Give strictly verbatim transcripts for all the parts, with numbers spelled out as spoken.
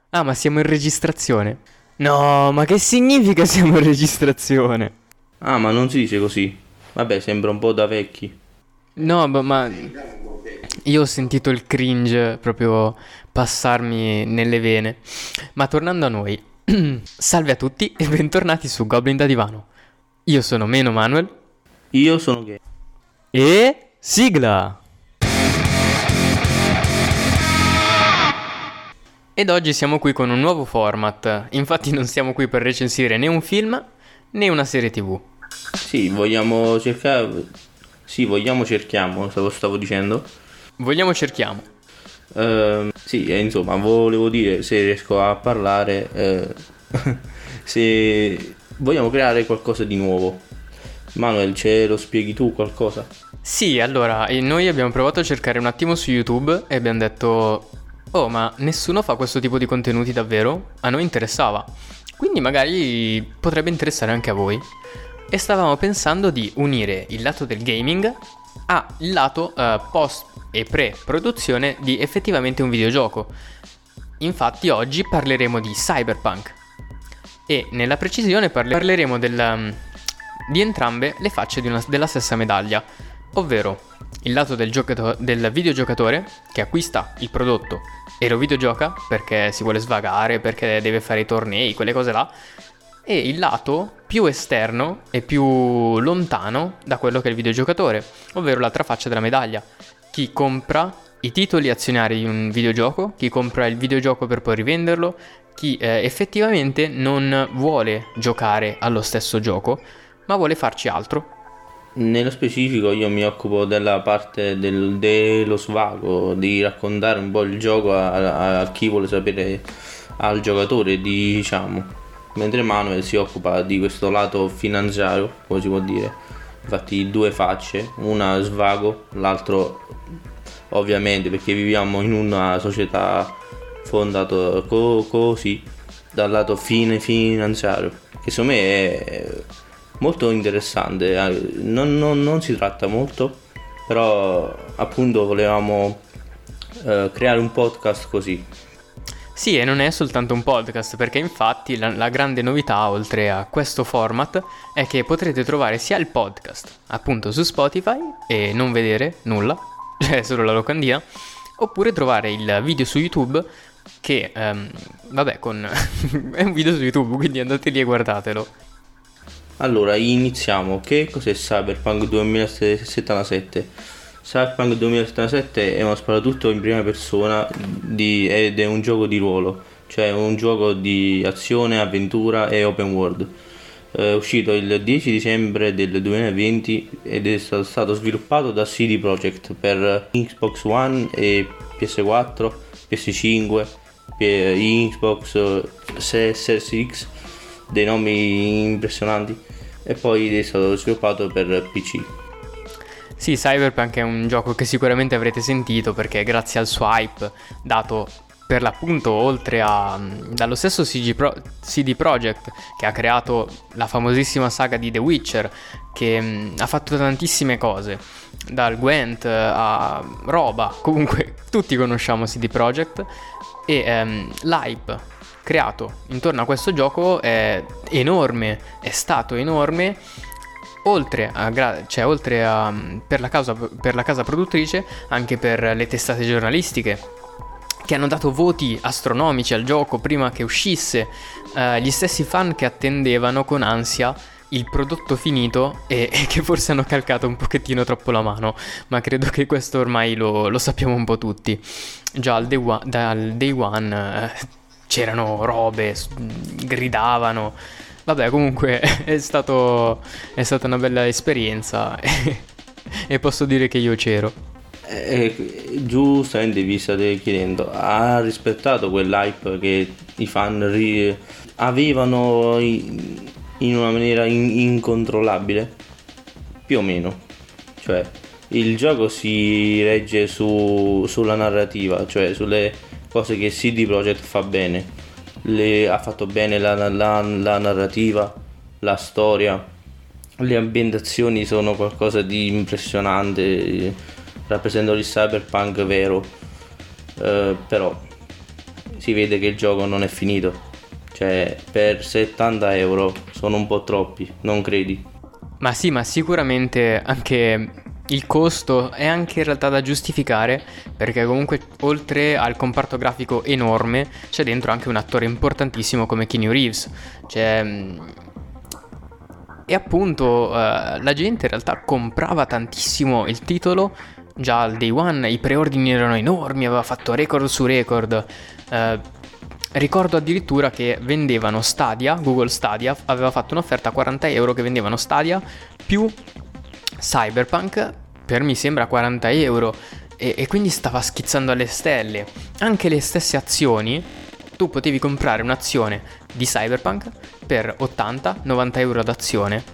Ah, ma siamo in registrazione. No, ma che significa siamo in registrazione? Ah, ma non si dice così. Vabbè, sembra un po' da vecchi. No, ma, ma io ho sentito il cringe proprio passarmi nelle vene. Ma tornando a noi, salve a tutti e bentornati su Goblin da Divano. Io sono Meno Manuel Io sono gay. e sigla! Ed oggi siamo qui con un nuovo format. Infatti non siamo qui per recensire né un film né una serie tivù. Sì, vogliamo cercare... Sì, vogliamo cerchiamo, stavo, stavo dicendo. Vogliamo cerchiamo. Ehm, sì, e insomma, volevo dire, se riesco a parlare, eh, se vogliamo creare qualcosa di nuovo. Manuel, ce lo spieghi tu qualcosa? Sì, allora, e noi abbiamo provato a cercare un attimo su YouTube e abbiamo detto: oh, ma nessuno fa questo tipo di contenuti davvero? A noi interessava. Quindi magari potrebbe interessare anche a voi. E stavamo pensando di unire il lato del gaming al lato eh, post e pre-produzione di effettivamente un videogioco. Infatti oggi parleremo di Cyberpunk e nella precisione parle- parleremo del, um, di entrambe le facce di una- della stessa medaglia, ovvero il lato del, giocato- del videogiocatore che acquista il prodotto e lo videogioca perché si vuole svagare, perché deve fare i tornei, quelle cose là, e il lato più esterno e più lontano da quello che è il videogiocatore, ovvero l'altra faccia della medaglia. Chi compra i titoli azionari di un videogioco, chi compra il videogioco per poi rivenderlo, chi eh, effettivamente non vuole giocare allo stesso gioco, ma vuole farci altro. Nello specifico io mi occupo della parte del- dello svago, di raccontare un po' il gioco a, a- a chi vuole sapere, al giocatore, diciamo. Mentre Manuel si occupa di questo lato finanziario, come si può dire. Infatti due facce, una svago, l'altro ovviamente perché viviamo in una società fondata co- così, dal lato fine finanziario, che secondo me è molto interessante. eh, Non, non- non si tratta molto, però appunto volevamo eh, creare un podcast così. Sì, e non è soltanto un podcast, perché infatti la, la grande novità, oltre a questo format, è che potrete trovare sia il podcast, appunto su Spotify, e non vedere nulla, cioè solo la locandina, oppure trovare il video su YouTube, che, ehm, vabbè, con... è un video su YouTube, quindi andate lì e guardatelo. Allora, iniziamo. Che cos'è Cyberpunk duemilasettantasette? Cyberpunk duemilasettantasette è uno sparatutto in prima persona di- ed è un gioco di ruolo, cioè un gioco di azione, avventura e open world. È uscito il dieci dicembre del duemilaventi ed è stato stato sviluppato da C D Projekt per Xbox One e P S quattro, P S cinque, P- Xbox Series X, dei nomi impressionanti, e poi è stato sviluppato per P C. Sì, Cyberpunk è un gioco che sicuramente avrete sentito perché grazie al suo hype dato per l'appunto oltre a dallo stesso C G Pro, C D Projekt che ha creato la famosissima saga di The Witcher, che mh, ha fatto tantissime cose, dal Gwent a roba, comunque tutti conosciamo C D Projekt e ehm, l'hype creato intorno a questo gioco è enorme, è stato enorme. Oltre a, gra- cioè, oltre a per la, causa, per la casa produttrice, anche per le testate giornalistiche che hanno dato voti astronomici al gioco prima che uscisse, eh, gli stessi fan che attendevano con ansia il prodotto finito e, e che forse hanno calcato un pochettino troppo la mano, ma credo che questo ormai lo, lo sappiamo un po' tutti. Già al day one, dal day one eh, c'erano robe, s- gridavano. Vabbè, comunque è stato è stata una bella esperienza e, e posso dire che io c'ero. E, giustamente vi state chiedendo, ha rispettato quell'hype che i fan ri- avevano in, in una maniera in- incontrollabile? Più o meno. Cioè, il gioco si regge su, sulla narrativa, cioè sulle cose che C D Projekt fa bene. Le- ha fatto bene la, la- la- la narrativa, la storia, le ambientazioni sono qualcosa di impressionante, rappresentano il cyberpunk vero. Eh, però si vede che il gioco non è finito. Cioè, per settanta euro sono un po' troppi, non credi? Ma sì, ma sicuramente anche il costo è anche in realtà da giustificare, perché comunque oltre al comparto grafico enorme c'è dentro anche un attore importantissimo come Keanu Reeves. Cioè, mh, e appunto eh, la gente in realtà comprava tantissimo il titolo già al day one, i preordini erano enormi, aveva fatto record su record. Eh, Ricordo addirittura che vendevano Stadia, Google Stadia aveva fatto un'offerta a quaranta euro che vendevano Stadia più Cyberpunk per mi sembra quaranta euro e, e quindi stava schizzando alle stelle. Anche le stesse azioni, tu potevi comprare un'azione di Cyberpunk per ottanta novanta euro ad azione.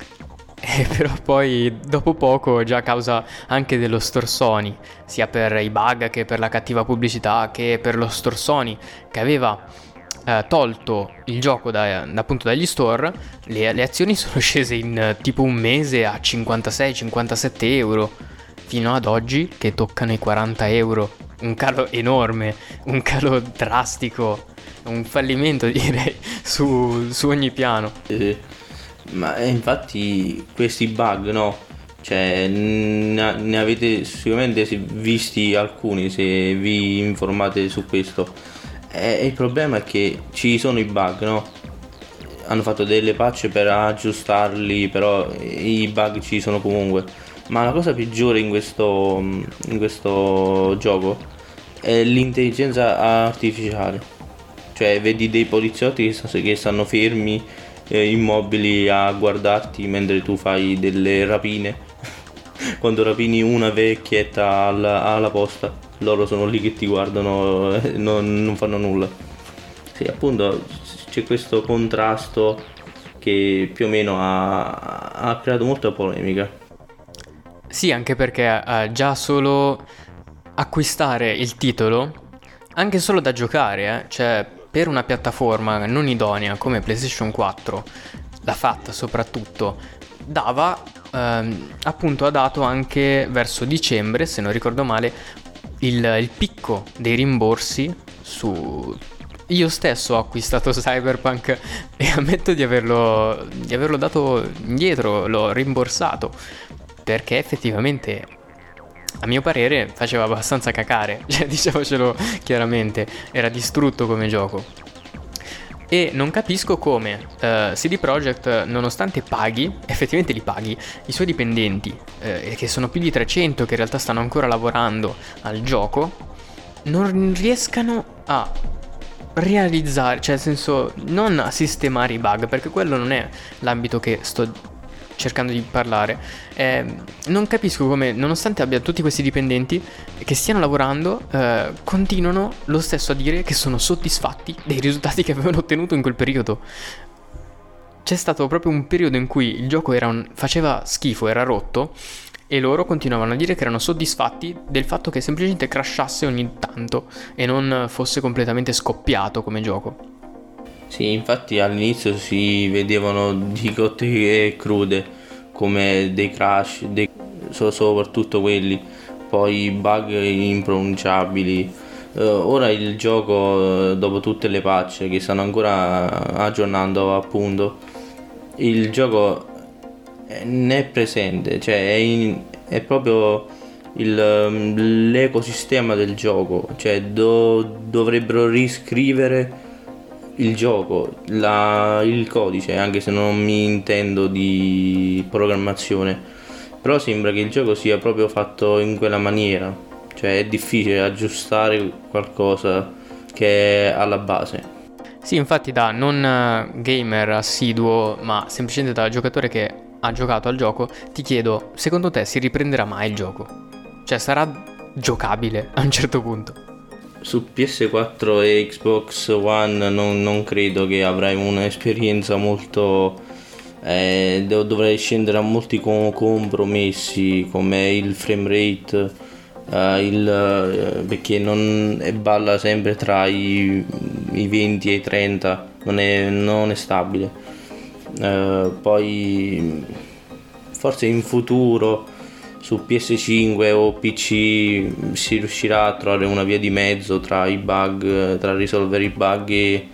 E però poi dopo poco, già a causa anche dello store Sony, sia per i bug che per la cattiva pubblicità che per lo store Sony che aveva eh, tolto il gioco da, da, appunto dagli store, le, le azioni sono scese in eh, tipo un mese a cinquantasei cinquantasette euro, fino ad oggi che toccano i quaranta euro. Un calo enorme, un calo drastico, un fallimento direi su, su ogni piano. Eh. Ma eh, infatti questi bug, no? Cioè, ne, ne avete sicuramente visti alcuni se vi informate su questo. E il problema è che ci sono i bug, no? Hanno fatto delle patch per aggiustarli, però i bug ci sono comunque. Ma la cosa peggiore in questo, in questo gioco è l'intelligenza artificiale. Cioè, vedi dei poliziotti che stanno fermi, immobili a guardarti mentre tu fai delle rapine. Quando rapini una vecchietta alla, alla posta, loro sono lì che ti guardano e non, non fanno nulla. Sì, appunto c'è questo contrasto che più o meno ha, ha creato molta polemica. Sì, anche perché eh, già solo acquistare il titolo, anche solo da giocare, eh, cioè per una piattaforma non idonea come PlayStation quattro, l'ha fatta soprattutto, dava, ehm, appunto ha dato anche verso dicembre, se non ricordo male, il, il picco dei rimborsi su... Io stesso ho acquistato Cyberpunk e ammetto di averlo, di averlo dato indietro, l'ho rimborsato, perché effettivamente... a mio parere faceva abbastanza cacare, cioè diciamocelo chiaramente, era distrutto come gioco. E non capisco come uh, C D Projekt, nonostante paghi, effettivamente li paghi, i suoi dipendenti, eh, che sono più di trecento, che in realtà stanno ancora lavorando al gioco, non riescano a realizzare, cioè nel senso non a sistemare i bug, perché quello non è l'ambito che sto cercando di parlare. Eh, non capisco come, nonostante abbia tutti questi dipendenti che stiano lavorando, eh, continuano lo stesso a dire che sono soddisfatti dei risultati che avevano ottenuto in quel periodo. C'è stato proprio un periodo in cui il gioco era un, faceva schifo, era rotto, e loro continuavano a dire che erano soddisfatti del fatto che semplicemente crashasse ogni tanto e non fosse completamente scoppiato come gioco. Sì, infatti all'inizio si vedevano di cotte e crude, come dei crash, dei, so- soprattutto quelli, poi bug impronunciabili. Uh, ora il gioco, dopo tutte le patch che stanno ancora aggiornando, appunto, il gioco ne è presente, cioè è, in, è proprio il, l'ecosistema del gioco, cioè do, dovrebbero riscrivere il gioco, la, il codice, anche se non mi intendo di programmazione, però sembra che il gioco sia proprio fatto in quella maniera, cioè è difficile aggiustare qualcosa che è alla base. Sì, infatti da non gamer assiduo, ma semplicemente da giocatore che ha giocato al gioco, ti chiedo, secondo te si riprenderà mai il gioco? Cioè sarà giocabile a un certo punto? Su P S quattro e Xbox One non, non credo che avrai un'esperienza molto... Eh, dovrai scendere a molti com- compromessi come il frame rate, eh, il, eh, perché non eh, balla sempre tra i, i venti e i trenta, non è, non è stabile. Eh, poi forse in futuro su P S cinque o P C si riuscirà a trovare una via di mezzo tra i bug, tra risolvere i bug e,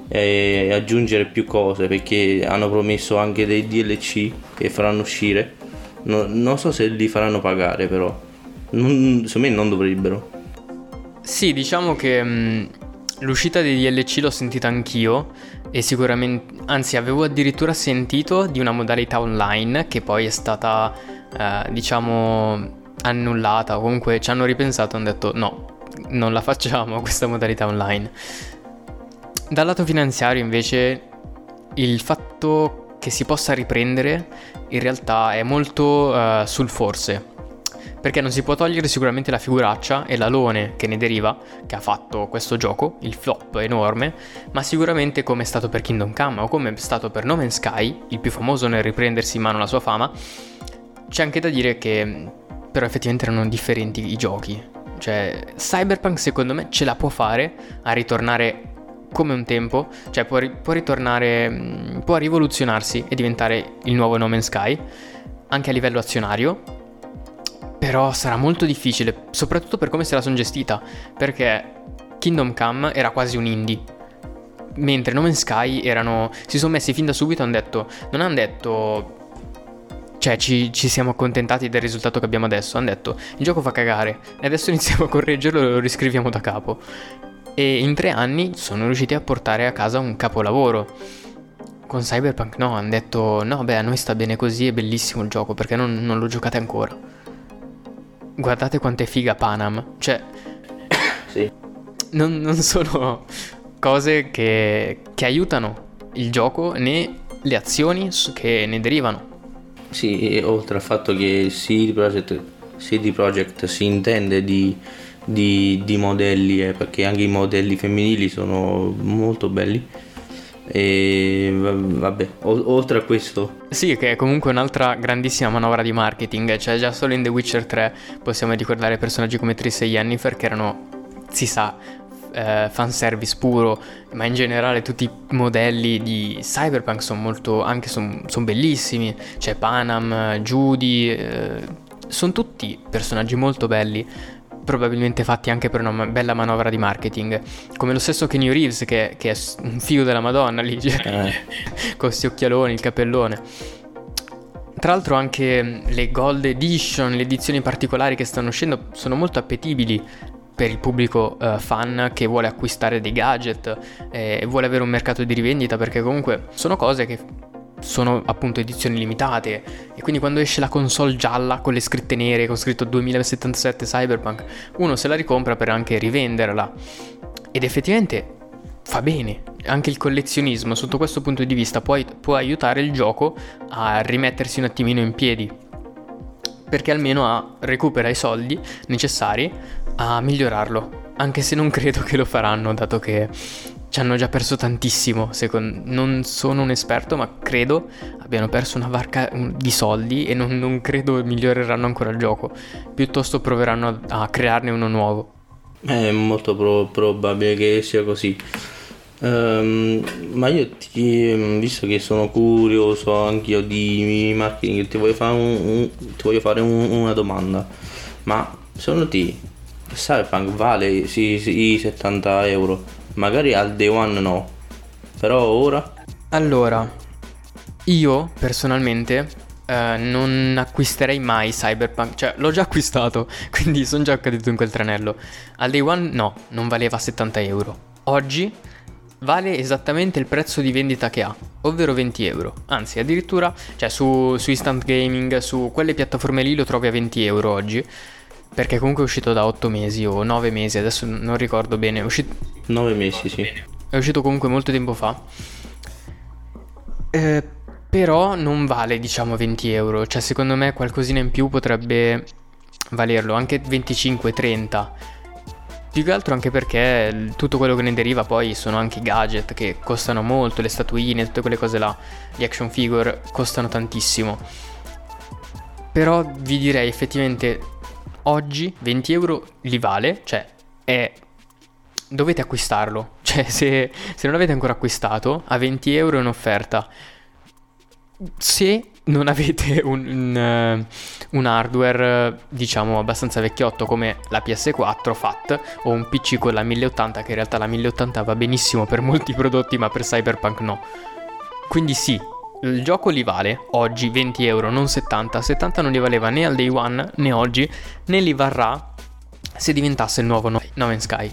e aggiungere più cose, perché hanno promesso anche dei D L C che faranno uscire. No, non so se li faranno pagare, però non, secondo me non dovrebbero. Sì, diciamo che mh, l'uscita dei D L C l'ho sentita anch'io, e sicuramente, anzi avevo addirittura sentito di una modalità online che poi è stata eh, diciamo annullata, o comunque ci hanno ripensato e hanno detto no, non la facciamo questa modalità online. Dal lato finanziario invece il fatto che si possa riprendere in realtà è molto uh, sul forse, perché non si può togliere sicuramente la figuraccia e l'alone che ne deriva, che ha fatto questo gioco, il flop enorme, ma sicuramente, come è stato per Kingdom Come o come è stato per No Man's Sky, il più famoso nel riprendersi in mano la sua fama, c'è anche da dire che però effettivamente erano differenti i giochi. Cioè Cyberpunk secondo me ce la può fare a ritornare come un tempo, cioè può, ri- può ritornare, può rivoluzionarsi e diventare il nuovo No Man's Sky anche a livello azionario, però sarà molto difficile, soprattutto per come se la sono gestita, perché Kingdom Come era quasi un indie, mentre No Man's Sky erano, si sono messi fin da subito, hanno detto, non hanno detto cioè ci, ci siamo accontentati del risultato che abbiamo adesso, hanno detto il gioco fa cagare e adesso iniziamo a correggerlo e lo riscriviamo da capo. E in tre anni sono riusciti a portare a casa un capolavoro. Con Cyberpunk no, hanno detto no, beh, a noi sta bene così, è bellissimo il gioco, perché non, non lo giocate ancora? Guardate quanto è figa Panam. Cioè sì. non, non sono cose che, che aiutano il gioco né le azioni che ne derivano. Sì, e oltre al fatto che C D Projekt, C D Projekt si intende di Di, di modelli, eh, perché anche i modelli femminili sono molto belli. E vabbè, o- oltre a questo, sì, che è comunque un'altra grandissima manovra di marketing. Cioè già solo in The Witcher tre possiamo ricordare personaggi come Triss e Yennefer, che erano, si sa, eh, fanservice puro, ma in generale tutti i modelli di Cyberpunk sono molto, anche sono son bellissimi. C'è Panam, Judy, eh, sono tutti personaggi molto belli, probabilmente fatti anche per una bella manovra di marketing, come lo stesso Keanu Reeves che, che è un figo della Madonna lì, cioè, eh. con questi occhialoni, il capellone. Tra l'altro anche le Gold Edition, le edizioni particolari che stanno uscendo sono molto appetibili per il pubblico uh, fan che vuole acquistare dei gadget e eh, vuole avere un mercato di rivendita, perché comunque sono cose che sono appunto edizioni limitate, e quindi quando esce la console gialla con le scritte nere con scritto duemilasettantasette Cyberpunk, uno se la ricompra per anche rivenderla, ed effettivamente fa bene. Anche il collezionismo sotto questo punto di vista può, può aiutare il gioco a rimettersi un attimino in piedi, perché almeno ha, recupera i soldi necessari a migliorarlo, anche se non credo che lo faranno, dato che ci hanno già perso tantissimo. Secondo, non sono un esperto, ma credo abbiano perso una varca di soldi e non, non credo miglioreranno ancora il gioco. Piuttosto proveranno a, a crearne uno nuovo. È molto pro- probabile che sia così. Um, ma io ti, visto che sono curioso anch'io di marketing, ti voglio fare, un, un, ti voglio fare un, una domanda. Ma secondo te Cyberpunk vale sì, sì, i settanta euro? Magari al day one no, però ora? Allora, io personalmente eh, non acquisterei mai Cyberpunk. Cioè l'ho già acquistato, quindi sono già caduto in quel tranello. Al day one no, non valeva settanta euro. Oggi vale esattamente il prezzo di vendita che ha, ovvero venti euro. Anzi, addirittura, cioè su, su Instant Gaming, su quelle piattaforme lì lo trovi a venti euro oggi, perché comunque è uscito da otto mesi o nove mesi, adesso non ricordo bene. È uscito nove mesi, sì. È uscito comunque molto tempo fa. Eh, però non vale, diciamo, venti euro. Cioè secondo me qualcosina in più potrebbe valerlo, anche venticinque trenta. Più che altro anche perché tutto quello che ne deriva poi sono anche i gadget che costano molto, le statuine, tutte quelle cose là, gli action figure costano tantissimo. Però vi direi effettivamente oggi venti euro li vale, cioè è... dovete acquistarlo. Cioè se, se non l'avete ancora acquistato, a venti euro è un'offerta. Se non avete un, un, eh, un hardware, eh, diciamo, abbastanza vecchiotto come la P S quattro F A T o un P C con la mille ottanta, che in realtà la mille ottanta va benissimo per molti prodotti, ma per Cyberpunk no. Quindi sì, il gioco li vale oggi venti euro, non settanta. settanta non li valeva né al day one né oggi, né li varrà se diventasse il nuovo No Man's Sky.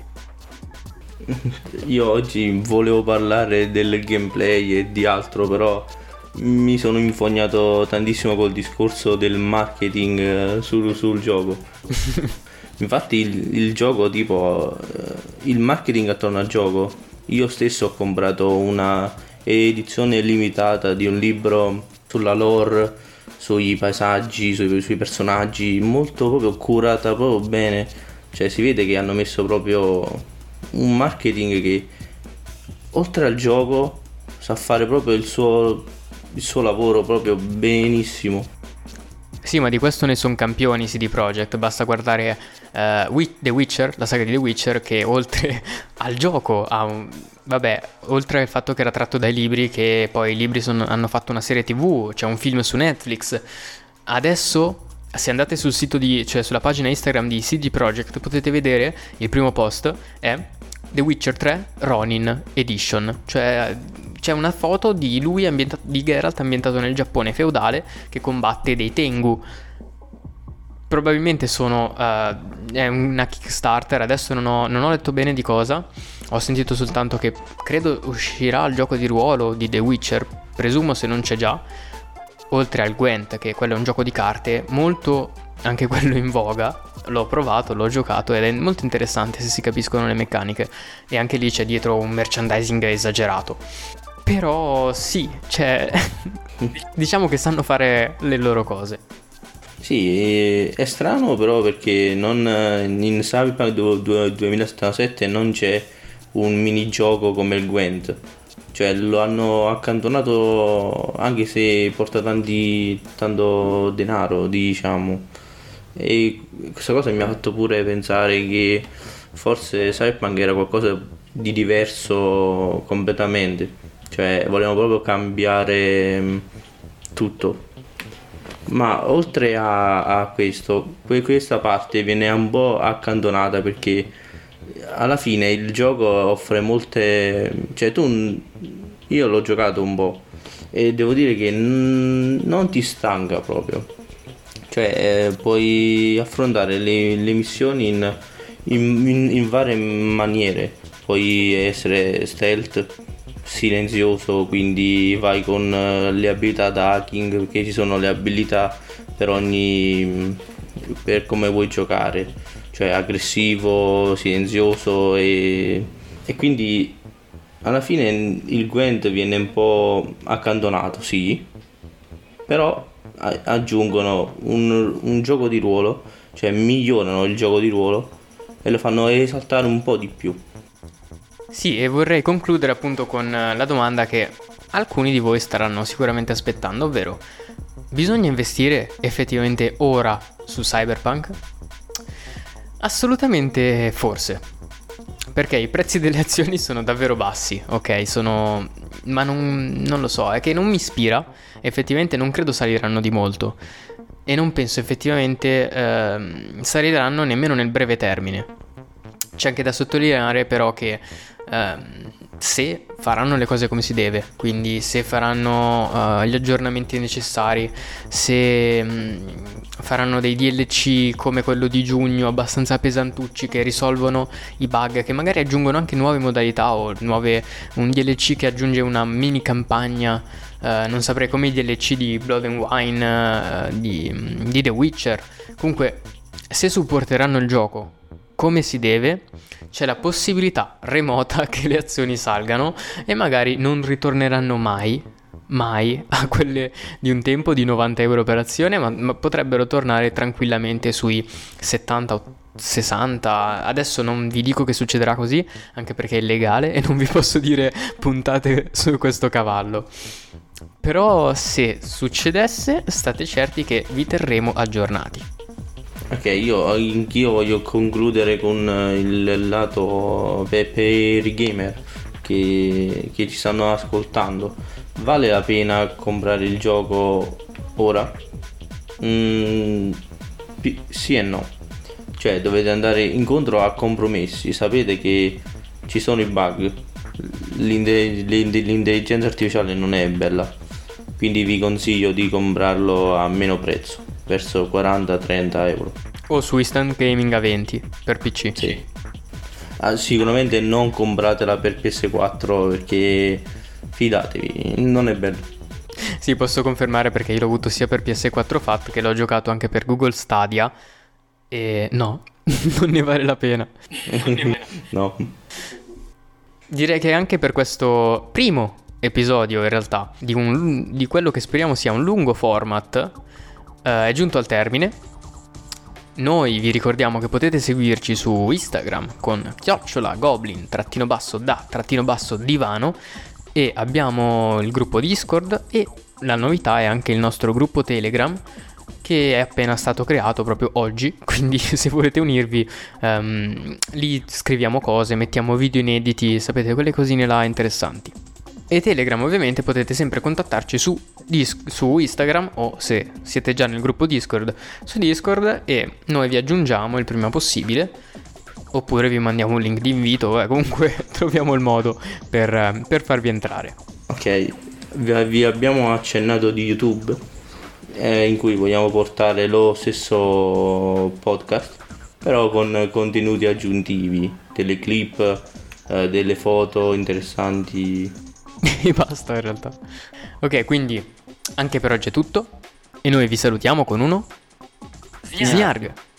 Io oggi volevo parlare del gameplay e di altro, però mi sono infognato tantissimo col discorso del marketing eh, sul, sul gioco. Infatti il, il gioco, tipo eh, il marketing attorno al gioco, io stesso ho comprato una edizione limitata di un libro sulla lore, sui paesaggi, sui, sui personaggi, molto proprio curata proprio bene. Cioè si vede che hanno messo proprio un marketing che oltre al gioco sa fare proprio il suo il suo lavoro proprio benissimo. Sì, ma di questo ne sono campioni C D Projekt. Basta guardare uh, The Witcher, la saga di The Witcher, che oltre al gioco ha un... vabbè, oltre al fatto che era tratto dai libri, che poi i libri sono... hanno fatto una serie tv, c'è un film su Netflix. Adesso, se andate sul sito di, cioè sulla pagina Instagram di C D Projekt, potete vedere il primo post è The Witcher tre Ronin Edition, cioè c'è una foto di lui ambientato, di Geralt ambientato nel Giappone feudale che combatte dei Tengu. Probabilmente sono uh, è una Kickstarter, adesso non ho, non ho letto bene di cosa, ho sentito soltanto che credo uscirà il gioco di ruolo di The Witcher, presumo, se non c'è già, oltre al Gwent, che quello è un gioco di carte molto, anche quello in voga. L'ho provato, l'ho giocato ed è molto interessante se si capiscono le meccaniche, e anche lì c'è dietro un merchandising esagerato. Però sì, cioè diciamo che sanno fare le loro cose. Sì, è strano però perché non, in Cyberpunk duemilasettantasette non c'è un minigioco come il Gwent. Cioè lo hanno accantonato, anche se porta tanti, tanto denaro, diciamo. E questa cosa mi ha fatto pure pensare che forse Cyberpunk era qualcosa di diverso completamente. Cioè volevano proprio cambiare tutto. Ma oltre a, a questo, questa parte viene un po' accantonata perché alla fine il gioco offre molte... Cioè tu... Io l'ho giocato un po' e devo dire che n- non ti stanca proprio. Cioè eh, puoi affrontare le, le missioni in, in, in, in varie maniere. Puoi essere stealth, silenzioso, quindi vai con uh, le abilità da hacking, perché ci sono le abilità per ogni per come vuoi giocare, cioè aggressivo, silenzioso, e, e quindi alla fine il Gwent viene un po' accantonato, sì, però a- aggiungono un, un gioco di ruolo, cioè migliorano il gioco di ruolo e lo fanno esaltare un po' di più. Sì, e vorrei concludere appunto con la domanda che alcuni di voi staranno sicuramente aspettando, ovvero: bisogna investire effettivamente ora su Cyberpunk? Assolutamente forse, perché i prezzi delle azioni sono davvero bassi, ok? Sono... ma non, non lo so, è che non mi ispira, effettivamente non credo saliranno di molto e non penso effettivamente eh, saliranno nemmeno nel breve termine. C'è anche da sottolineare però che Uh, se faranno le cose come si deve, quindi se faranno uh, gli aggiornamenti necessari, se um, faranno dei D L C come quello di giugno abbastanza pesantucci che risolvono i bug, che magari aggiungono anche nuove modalità o nuove, un D L C che aggiunge una mini campagna, uh, non saprei, come i D L C di Blood and Wine, uh, di, di The Witcher. Comunque, se supporteranno il gioco come si deve, c'è la possibilità remota che le azioni salgano e magari non ritorneranno mai, mai a quelle di un tempo di novanta euro per azione, ma, ma potrebbero tornare tranquillamente sui settanta o sessanta. Adesso non vi dico che succederà così, anche perché è illegale e non vi posso dire puntate su questo cavallo. Però se succedesse, state certi che vi terremo aggiornati. Ok, io anch'io voglio concludere con il lato per, per i gamer che, che ci stanno ascoltando. Vale la pena comprare il gioco ora? Mm, pi- sì e no. Cioè dovete andare incontro a compromessi, sapete che ci sono i bug, L'inde- l'inde- l'intelligenza artificiale non è bella, quindi vi consiglio di comprarlo a meno prezzo, verso quaranta trenta euro. O su Instant Gaming a venti per P C. Sì. Ah, sicuramente non compratela per P S quattro perché fidatevi, non è bello. Sì, posso confermare perché io l'ho avuto sia per P S quattro Fat che l'ho giocato anche per Google Stadia e no, non ne vale la pena. No. Direi che anche per questo primo episodio in realtà di, un, di quello che speriamo sia un lungo format eh, è giunto al termine. Noi vi ricordiamo che potete seguirci su Instagram con chiocciola goblin trattino basso da trattino basso divano e abbiamo il gruppo Discord e la novità è anche il nostro gruppo Telegram che è appena stato creato proprio oggi, quindi se volete unirvi um, lì scriviamo cose, mettiamo video inediti, sapete, quelle cosine là interessanti. E Telegram ovviamente potete sempre contattarci su, dis- su Instagram o se siete già nel gruppo Discord su Discord e noi vi aggiungiamo il prima possibile oppure vi mandiamo un link di invito, eh, comunque troviamo il modo per, per farvi entrare. Ok, vi, vi abbiamo accennato di YouTube eh, in cui vogliamo portare lo stesso podcast però con contenuti aggiuntivi, delle clip, eh, delle foto interessanti. E basta in realtà. Ok, quindi anche per oggi è tutto e noi vi salutiamo con uno Sgnarg.